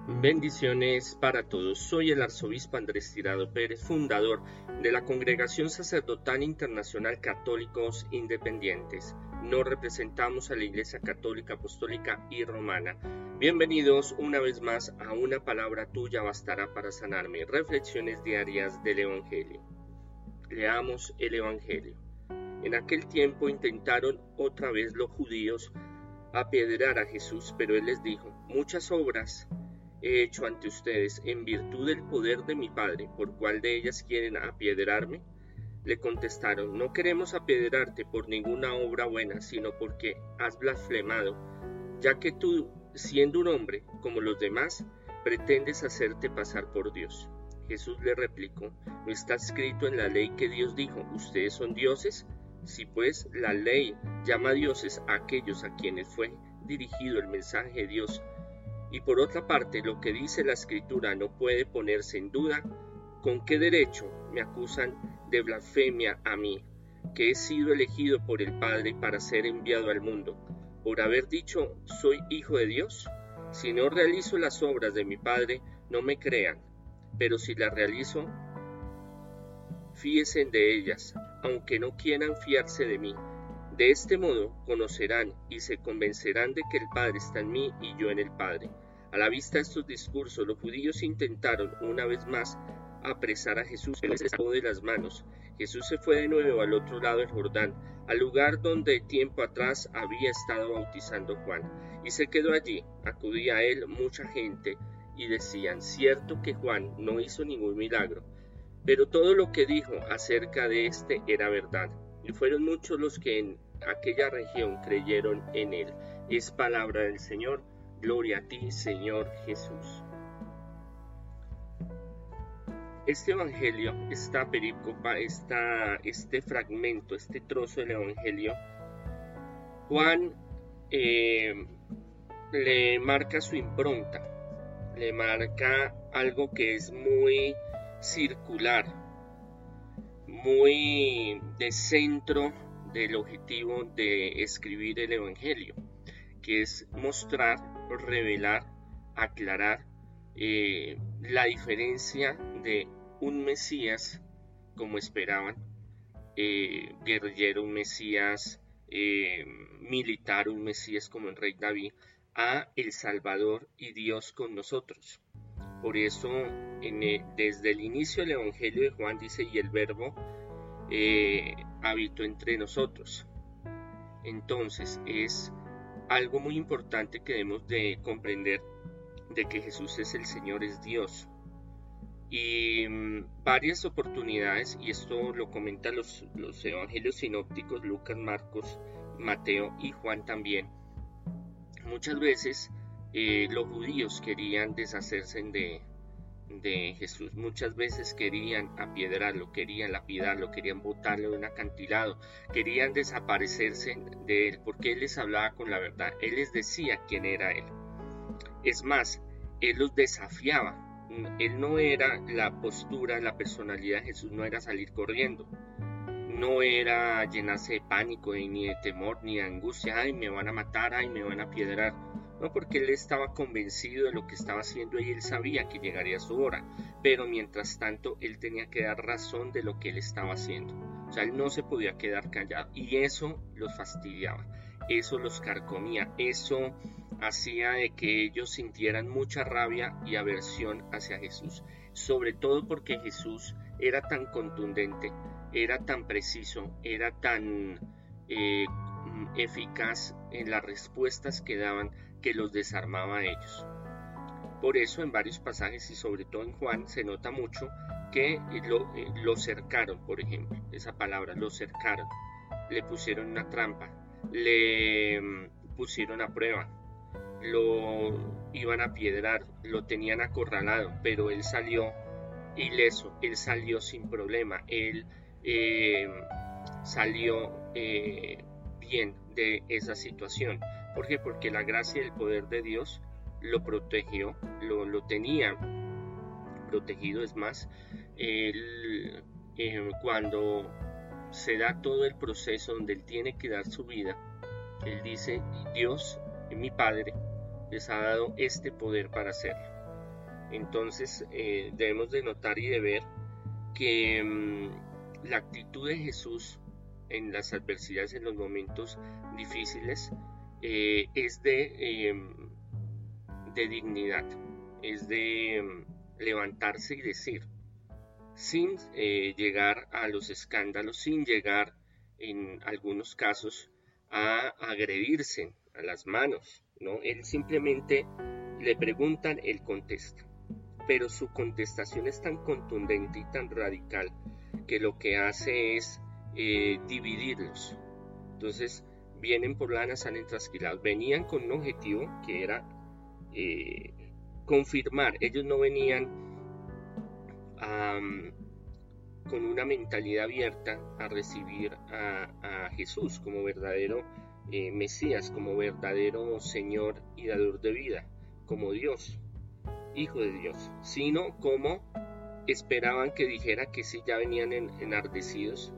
Bendiciones para todos. Soy el arzobispo Andrés Tirado Pérez, fundador de la Congregación Sacerdotal Internacional Católicos Independientes. Nos representamos a la Iglesia Católica Apostólica y Romana. Bienvenidos una vez más a Una palabra tuya bastará para sanarme. Reflexiones diarias del Evangelio. Leamos el Evangelio. En aquel tiempo intentaron otra vez los judíos apedrear a Jesús, pero él les dijo: muchas obras he hecho ante ustedes en virtud del poder de mi Padre. ¿Por cuál de ellas quieren apedrearme? Le contestaron: no queremos apedrearte por ninguna obra buena, sino porque has blasfemado, ya que tú, siendo un hombre como los demás, pretendes hacerte pasar por Dios. Jesús le replicó: ¿no está escrito en la ley que Dios dijo: ustedes son dioses? Si pues la ley llama dioses a aquellos a quienes fue dirigido el mensaje de Dios, y por otra parte lo que dice la Escritura no puede ponerse en duda, ¿con qué derecho me acusan de blasfemia a mí, que he sido elegido por el Padre para ser enviado al mundo, por haber dicho soy hijo de Dios? Si no realizo las obras de mi Padre, no me crean, pero si las realizo, fíjense de ellas, aunque no quieran fiarse de mí. De este modo conocerán y se convencerán de que el Padre está en mí y yo en el Padre. A la vista de estos discursos, los judíos intentaron una vez más apresar a Jesús, pero se les sacó de las manos. Jesús se fue de nuevo al otro lado del Jordán, al lugar donde tiempo atrás había estado bautizando Juan, y se quedó allí. Acudía a él mucha gente y decían: cierto que Juan no hizo ningún milagro, pero todo lo que dijo acerca de éste era verdad. Y fueron muchos los que en aquella región creyeron en él. Es palabra del Señor. Gloria a ti, Señor Jesús. Este evangelio, esta perícopa, este fragmento, este trozo del evangelio, Juan le marca su impronta, le marca algo que es muy circular, muy de centro del objetivo de escribir el evangelio, que es mostrar, revelar, aclarar la diferencia de un Mesías, como esperaban, guerrillero, un Mesías militar, un Mesías como el rey David, a el Salvador y Dios con nosotros. Por eso, desde el inicio del Evangelio de Juan dice: y el Verbo habitó entre nosotros. Entonces, es algo muy importante que debemos de comprender, de que Jesús es el Señor, es Dios. Y varias oportunidades, y esto lo comentan los evangelios sinópticos, Lucas, Marcos, Mateo y Juan también. Muchas veces los judíos querían deshacerse de Jesús, muchas veces querían apiedrarlo, querían lapidarlo, querían botarlo de un acantilado, querían desaparecerse de él, porque él les hablaba con la verdad, él les decía quién era él. Es más, él los desafiaba. Él no era la postura, la personalidad de Jesús, no era salir corriendo, no era llenarse de pánico, ni de temor, ni de angustia: ay, me van a matar, ay, me van a apiedrar. No, porque él estaba convencido de lo que estaba haciendo y él sabía que llegaría su hora, pero mientras tanto él tenía que dar razón de lo que él estaba haciendo. O sea, él no se podía quedar callado, y eso los fastidiaba, eso los carcomía, eso hacía de que ellos sintieran mucha rabia y aversión hacia Jesús, sobre todo porque Jesús era tan contundente, era tan preciso, era tan eficaz en las respuestas que daban, que los desarmaba a ellos. Por eso en varios pasajes, y sobre todo en Juan, se nota mucho que lo cercaron, por ejemplo, esa palabra, lo cercaron, le pusieron una trampa, le pusieron a prueba, lo iban a apiedrar, lo tenían acorralado, pero él salió ileso, él salió sin problema, él salió bien de esa situación. ¿Por qué? Porque la gracia y el poder de Dios lo protegió, lo tenía protegido. Es más, él, cuando se da todo el proceso donde él tiene que dar su vida, él dice: Dios, mi Padre, les ha dado este poder para hacerlo. Entonces debemos de notar y de ver que la actitud de Jesús en las adversidades, en los momentos difíciles, es de dignidad, es de levantarse y decir, sin llegar a los escándalos, sin llegar en algunos casos a agredirse a las manos, ¿no? Él simplemente le preguntan, él contesta, pero su contestación es tan contundente y tan radical que lo que hace es dividirlos. Entonces vienen por lana, salen trasquilados. Venían con un objetivo que era confirmar. Ellos no venían con una mentalidad abierta a recibir a Jesús como verdadero Mesías, como verdadero Señor y dador de vida, como Dios, Hijo de Dios, sino como esperaban que dijera que sí, ya venían enardecidos.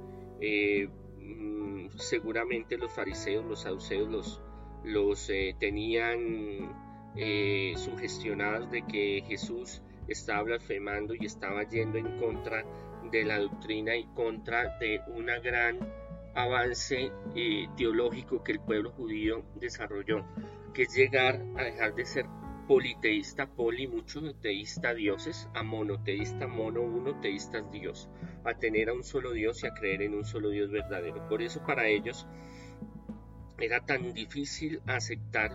Seguramente los fariseos, los saduceos los tenían sugestionados de que Jesús estaba blasfemando y estaba yendo en contra de la doctrina y contra de un gran avance teológico que el pueblo judío desarrolló, que es llegar a dejar de ser politeísta, muchoteísta dioses, a monoteísta, unoteístas Dios, a tener a un solo Dios y a creer en un solo Dios verdadero. Por eso para ellos era tan difícil aceptar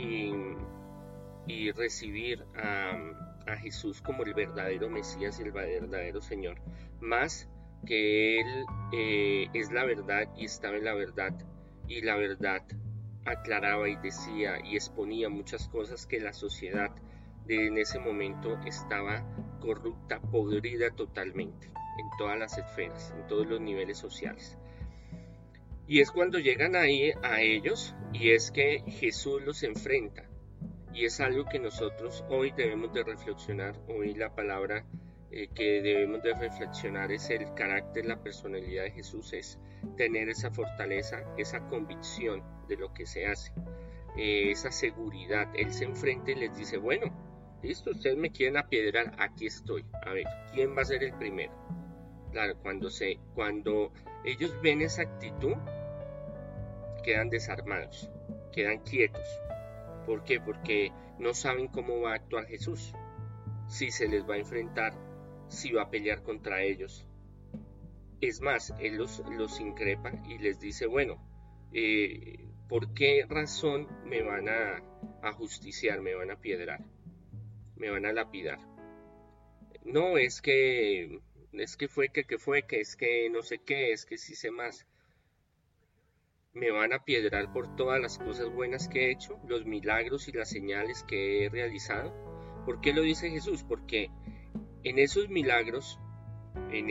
y recibir a Jesús como el verdadero Mesías y el verdadero Señor, más que Él es la verdad y estaba en la verdad, y la verdad aclaraba y decía y exponía muchas cosas que la sociedad en ese momento estaba corrupta, podrida totalmente, en todas las esferas, en todos los niveles sociales. Y es cuando llegan ahí a ellos, y es que Jesús los enfrenta, y es algo que nosotros hoy debemos de reflexionar. Hoy la palabra que debemos de reflexionar es el carácter, la personalidad de Jesús, es tener esa fortaleza, esa convicción de lo que se hace, esa seguridad. Él se enfrenta y les dice, bueno, listo, ustedes me quieren apiedrar, aquí estoy, a ver, ¿quién va a ser el primero? Claro, cuando ellos ven esa actitud, quedan desarmados, quedan quietos. ¿Por qué? Porque no saben cómo va a actuar Jesús, si se les va a enfrentar, si va a pelear contra ellos. Es más, Él los increpa y les dice, bueno, ¿por qué razón me van a ajusticiar, me van a apiedrar, me van a lapidar? No, es que fue que es que no sé qué, es que sí sé más. Me van a apiedrar por todas las cosas buenas que he hecho, los milagros y las señales que he realizado. ¿Por qué lo dice Jesús? Porque en esos milagros, en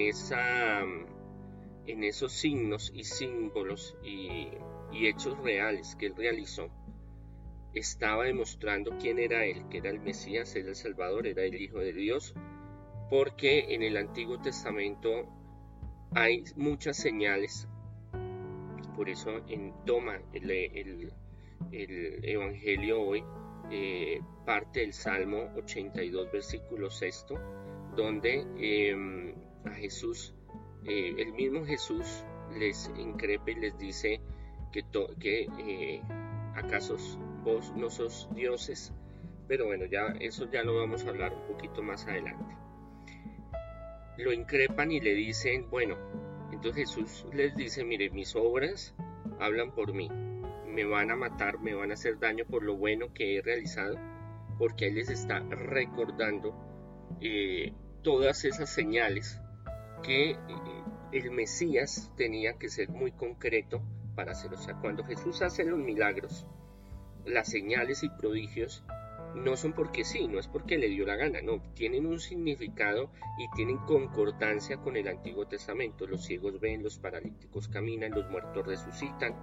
esos signos y símbolos y hechos reales que Él realizó, estaba demostrando quién era Él, que era el Mesías, era el Salvador, era el Hijo de Dios, porque en el Antiguo Testamento hay muchas señales. Por eso toma el Evangelio hoy, parte del Salmo 82, versículo 6, donde a Jesús, el mismo Jesús les increpa y les dice que ¿acaso vos no sos dioses? Pero bueno, eso ya lo vamos a hablar un poquito más adelante. Lo increpan y le dicen, bueno, entonces Jesús les dice, mire, mis obras hablan por mí, me van a matar, me van a hacer daño por lo bueno que he realizado, porque Él les está recordando todas esas señales que el Mesías tenía que ser muy concreto para hacer. O sea, cuando Jesús hace los milagros, las señales y prodigios, no son porque sí, no es porque le dio la gana, no, tienen un significado y tienen concordancia con el Antiguo Testamento. Los ciegos ven, los paralíticos caminan, los muertos resucitan.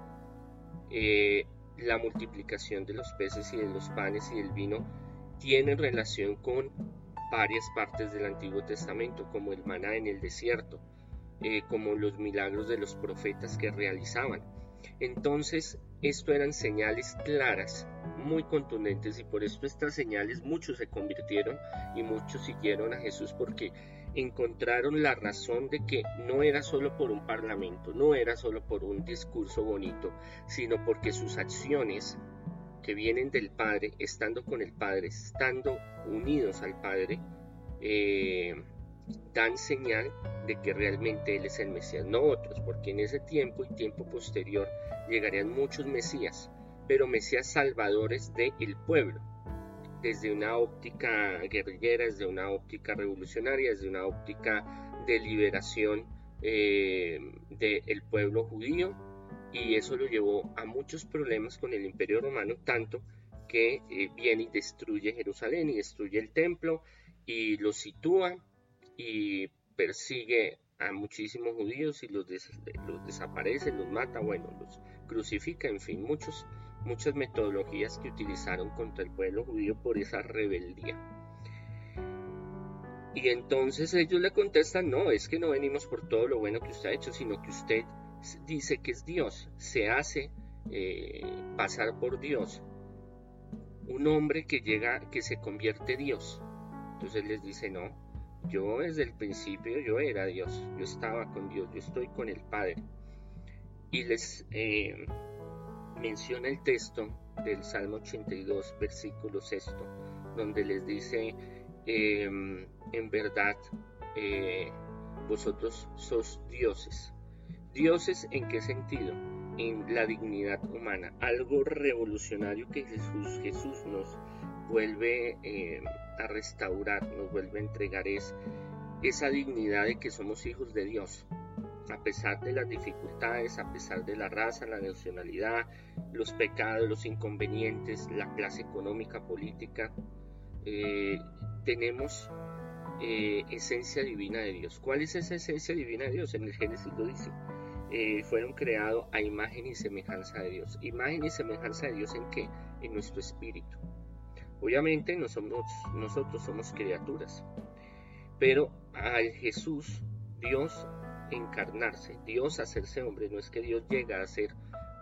La multiplicación de los peces y de los panes y del vino tienen relación con varias partes del Antiguo Testamento, como el maná en el desierto, como los milagros de los profetas que realizaban. Entonces, esto eran señales claras, muy contundentes, y por esto estas señales muchos se convirtieron y muchos siguieron a Jesús, porque encontraron la razón de que no era solo por un parlamento, no era solo por un discurso bonito, sino porque sus acciones que vienen del Padre, estando con el Padre, estando unidos al Padre, dan señal de que realmente Él es el Mesías, no otros, porque en ese tiempo y tiempo posterior llegarían muchos Mesías, pero Mesías salvadores del pueblo, desde una óptica guerrillera, desde una óptica revolucionaria, desde una óptica de liberación del pueblo judío, y eso lo llevó a muchos problemas con el Imperio Romano, tanto que viene y destruye Jerusalén y destruye el templo y lo sitúa y persigue a muchísimos judíos y los desaparece, los mata, bueno, los crucifica, en fin, muchas metodologías que utilizaron contra el pueblo judío por esa rebeldía. Y entonces ellos le contestan: no, es que no venimos por todo lo bueno que usted ha hecho, sino que usted dice que es Dios, se hace pasar por Dios, un hombre que se convierte Dios. Entonces les dice: no, yo desde el principio yo era Dios, yo estaba con Dios, yo estoy con el Padre. Y les menciona el texto del Salmo 82, versículo 6, donde les dice: en verdad vosotros sos dioses. ¿Dioses en qué sentido? En la dignidad humana, algo revolucionario que Jesús nos vuelve a restaurar, nos vuelve a entregar, es esa dignidad de que somos hijos de Dios, a pesar de las dificultades, a pesar de la raza, la nacionalidad, los pecados, los inconvenientes, la clase económica, política, tenemos esencia divina de Dios. ¿Cuál es esa esencia divina de Dios? En el Génesis lo dice: fueron creados a imagen y semejanza de Dios. ¿Imagen y semejanza de Dios en qué? En nuestro espíritu. Obviamente nosotros somos criaturas, pero al Jesús, Dios encarnarse, Dios hacerse hombre, no es que Dios llega a ser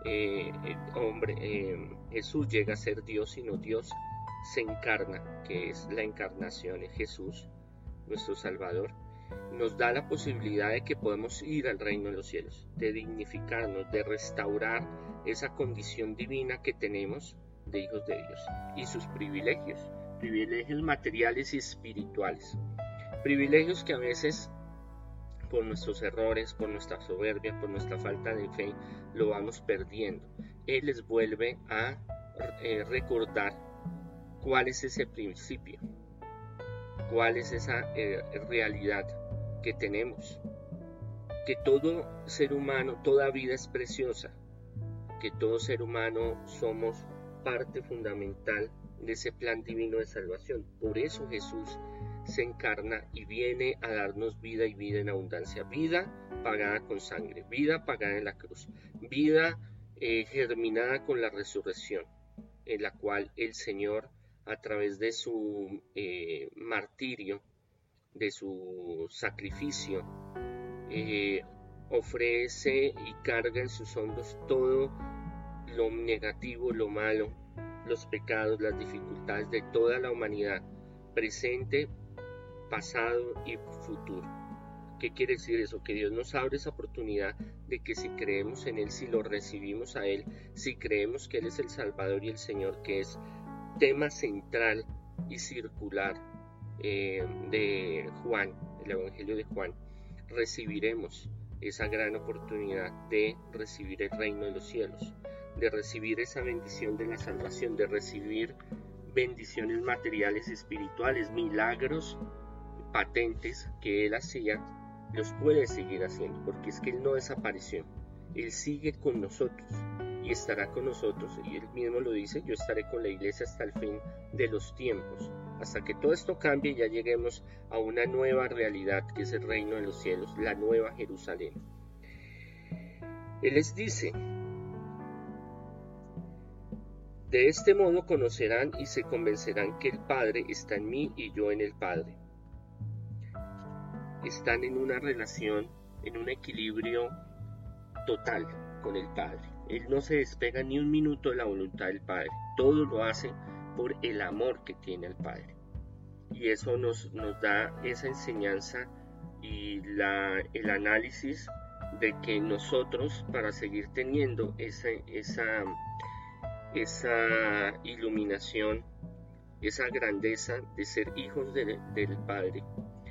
hombre, Jesús llega a ser Dios, sino Dios se encarna, que es la encarnación, es Jesús, nuestro Salvador. Nos da la posibilidad de que podemos ir al reino de los cielos, de dignificarnos, de restaurar esa condición divina que tenemos de hijos de Dios, y sus privilegios materiales y espirituales, privilegios que a veces por nuestros errores, por nuestra soberbia, por nuestra falta de fe, lo vamos perdiendo. Él les vuelve a recordar cuál es ese principio, cuál es esa realidad que tenemos, que todo ser humano, toda vida es preciosa, que todo ser humano somos parte fundamental de ese plan divino de salvación. Por eso Jesús se encarna y viene a darnos vida, y vida en abundancia, vida pagada con sangre, vida pagada en la cruz, vida germinada con la resurrección, en la cual el Señor, a través de su martirio, de su sacrificio, ofrece y carga en sus hombros todo lo negativo, lo malo, los pecados, las dificultades de toda la humanidad, presente, pasado y futuro. ¿Qué quiere decir eso? Que Dios nos abre esa oportunidad de que si creemos en Él, si lo recibimos a Él, si creemos que Él es el Salvador y el Señor, que es tema central y circular de Juan, el Evangelio de Juan, recibiremos esa gran oportunidad de recibir el reino de los cielos, de recibir esa bendición de la salvación, de recibir bendiciones materiales, espirituales, milagros patentes que Él hacía, los puede seguir haciendo, porque es que Él no desapareció, Él sigue con nosotros y estará con nosotros, y Él mismo lo dice: yo estaré con la iglesia hasta el fin de los tiempos, hasta que todo esto cambie y ya lleguemos a una nueva realidad, que es el reino de los cielos, la nueva Jerusalén. Él les dice: de este modo conocerán y se convencerán que el Padre está en mí y yo en el Padre. Están en una relación, en un equilibrio total con el Padre. Él no se despega ni un minuto de la voluntad del Padre. Todo lo hace por el amor que tiene al Padre. Y eso nos da esa enseñanza y el análisis de que nosotros, para seguir teniendo esa iluminación, esa grandeza de ser hijos del Padre,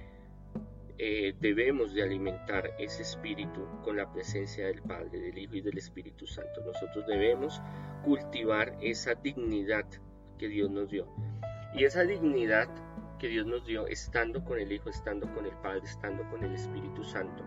debemos de alimentar ese espíritu con la presencia del Padre, del Hijo y del Espíritu Santo. Nosotros debemos cultivar esa dignidad que Dios nos dio. Y esa dignidad que Dios nos dio estando con el Hijo, estando con el Padre, estando con el Espíritu Santo,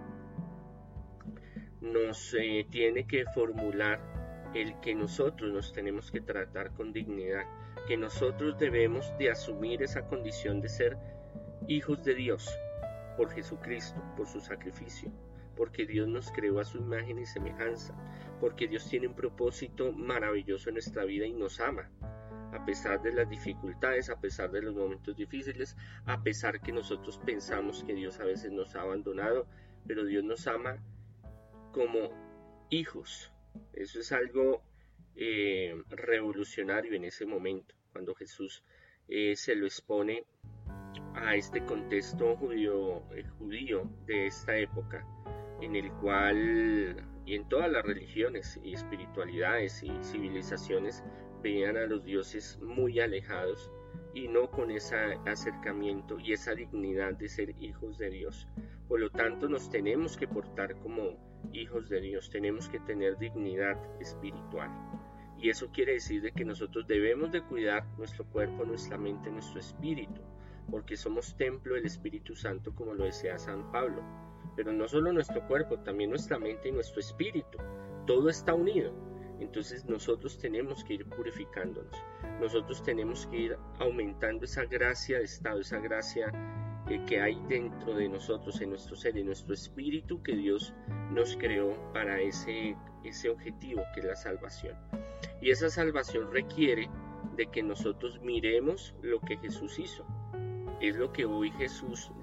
nos tiene que formular el que nosotros nos tenemos que tratar con dignidad, que nosotros debemos de asumir esa condición de ser hijos de Dios por Jesucristo, por su sacrificio, porque Dios nos creó a su imagen y semejanza, porque Dios tiene un propósito maravilloso en nuestra vida y nos ama, a pesar de las dificultades, a pesar de los momentos difíciles, a pesar que nosotros pensamos que Dios a veces nos ha abandonado, pero Dios nos ama como hijos. Eso es algo revolucionario en ese momento, cuando Jesús se lo expone a este contexto judío de esta época, en el cual, y en todas las religiones y espiritualidades y civilizaciones, veían a los dioses muy alejados y no con ese acercamiento y esa dignidad de ser hijos de Dios. Por lo tanto, nos tenemos que portar como hijos de Dios, tenemos que tener dignidad espiritual. Y eso quiere decir de que nosotros debemos de cuidar nuestro cuerpo, nuestra mente, nuestro espíritu, porque somos templo del Espíritu Santo, como lo decía San Pablo. Pero no solo nuestro cuerpo, también nuestra mente y nuestro espíritu. Todo está unido. Entonces nosotros tenemos que ir purificándonos. Nosotros tenemos que ir aumentando esa gracia de estado, esa gracia que hay dentro de nosotros, en nuestro ser, en nuestro espíritu, que Dios nos creó para ese objetivo que es la salvación. Y esa salvación requiere de que nosotros miremos lo que Jesús hizo. Es lo que hoy Jesús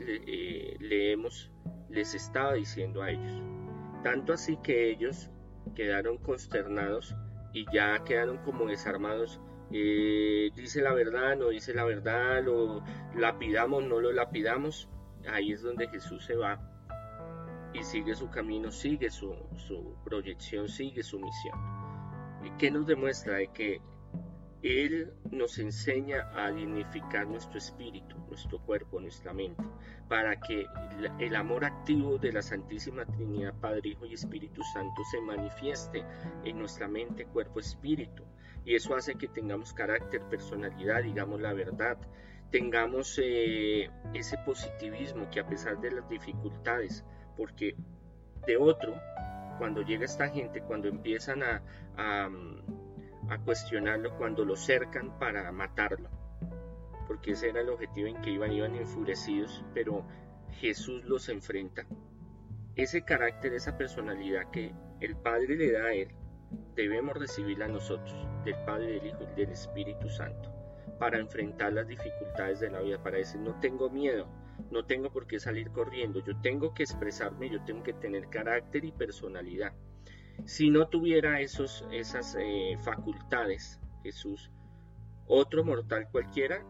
les estaba diciendo a ellos. Tanto así que ellos quedaron consternados y ya quedaron como desarmados. Dice la verdad, no dice la verdad, lo lapidamos, no lo lapidamos. Ahí es donde Jesús se va y sigue su camino, sigue su proyección, sigue su misión. ¿Y qué nos demuestra? De que Él nos enseña a dignificar nuestro espíritu, nuestro cuerpo, nuestra mente, para que el amor activo de la Santísima Trinidad, Padre, Hijo y Espíritu Santo, se manifieste en nuestra mente, cuerpo, espíritu. Y eso hace que tengamos carácter, personalidad, digamos la verdad, tengamos ese positivismo que a pesar de las dificultades, porque de otro, cuando llega esta gente, cuando empiezan a cuestionarlo, cuando lo cercan para matarlo, porque ese era el objetivo en que iban enfurecidos, pero Jesús los enfrenta. Ese carácter, esa personalidad que el Padre le da a Él, debemos recibirla nosotros, del Padre, del Hijo y del Espíritu Santo, para enfrentar las dificultades de la vida, para decir, no tengo miedo, no tengo por qué salir corriendo, yo tengo que expresarme, yo tengo que tener carácter y personalidad. Si no tuviera esas facultades, Jesús, otro mortal cualquiera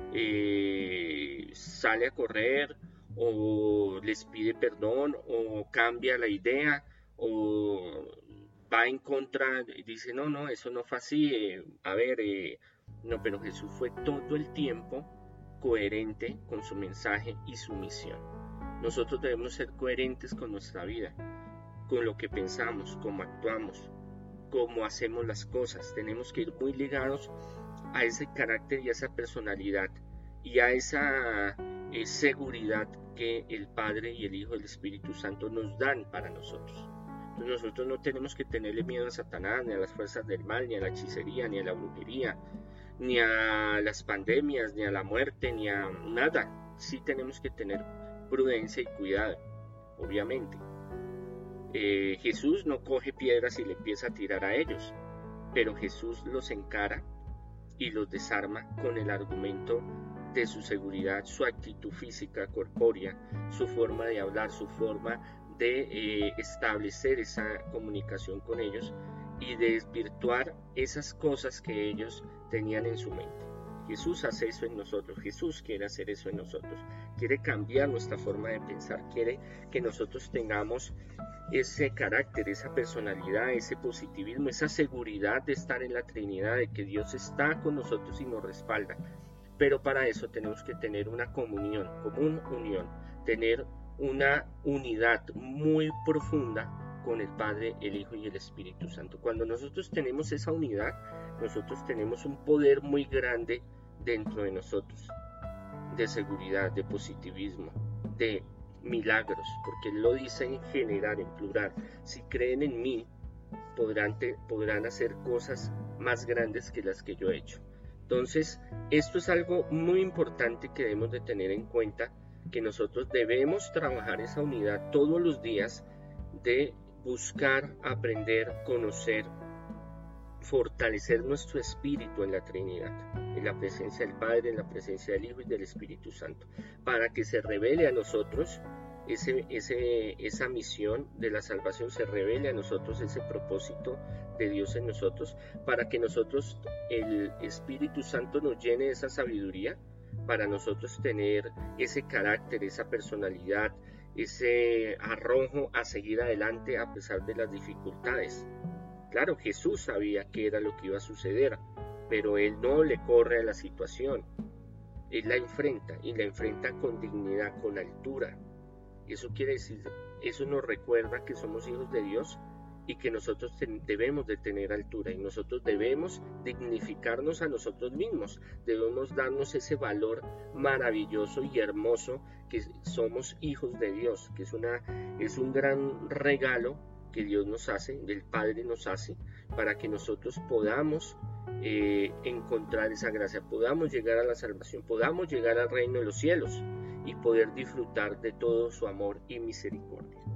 sale a correr o les pide perdón o cambia la idea o va en contra, dice no, eso no fue así, no, pero Jesús fue todo el tiempo coherente con su mensaje y su misión. Nosotros debemos ser coherentes con nuestra vida, con lo que pensamos, cómo actuamos, cómo hacemos las cosas. Tenemos que ir muy ligados a ese carácter y a esa personalidad y a esa seguridad que el Padre y el Hijo y el Espíritu Santo nos dan para nosotros. Entonces nosotros no tenemos que tenerle miedo a Satanás, ni a las fuerzas del mal, ni a la hechicería, ni a la brujería, ni a las pandemias, ni a la muerte, ni a nada. Sí tenemos que tener prudencia y cuidado, obviamente. Jesús no coge piedras y le empieza a tirar a ellos, pero Jesús los encara y los desarma con el argumento de su seguridad, su actitud física, corpórea, su forma de hablar, su forma de establecer esa comunicación con ellos y desvirtuar esas cosas que ellos tenían en su mente. Jesús hace eso en nosotros, Jesús quiere hacer eso en nosotros, quiere cambiar nuestra forma de pensar, quiere que nosotros tengamos ese carácter, esa personalidad, ese positivismo, esa seguridad de estar en la Trinidad, de que Dios está con nosotros y nos respalda. Pero para eso tenemos que tener una comunión, unión, tener una unidad muy profunda con el Padre, el Hijo y el Espíritu Santo. Cuando nosotros tenemos esa unidad, nosotros tenemos un poder muy grande dentro de nosotros, de seguridad, de positivismo, de milagros, porque Él lo dice en general, en plural. Si creen en mí, podrán hacer cosas más grandes que las que yo he hecho. Entonces, esto es algo muy importante que debemos de tener en cuenta, que nosotros debemos trabajar esa unidad todos los días, de buscar, aprender, conocer, fortalecer nuestro espíritu en la Trinidad, en la presencia del Padre, en la presencia del Hijo y del Espíritu Santo, para que se revele a nosotros esa misión de la salvación, se revele a nosotros ese propósito de Dios en nosotros, para que nosotros, el Espíritu Santo, nos llene de esa sabiduría, para nosotros tener ese carácter, esa personalidad, ese arrojo a seguir adelante a pesar de las dificultades. Claro, Jesús sabía qué era lo que iba a suceder, pero Él no le corre a la situación. Él la enfrenta, y la enfrenta con dignidad, con altura. Eso quiere decir, eso nos recuerda que somos hijos de Dios y que nosotros debemos de tener altura, y nosotros debemos dignificarnos a nosotros mismos, debemos darnos ese valor maravilloso y hermoso que somos hijos de Dios, que es un gran regalo que Dios nos hace, el Padre nos hace, para que nosotros podamos encontrar esa gracia, podamos llegar a la salvación, podamos llegar al reino de los cielos y poder disfrutar de todo su amor y misericordia.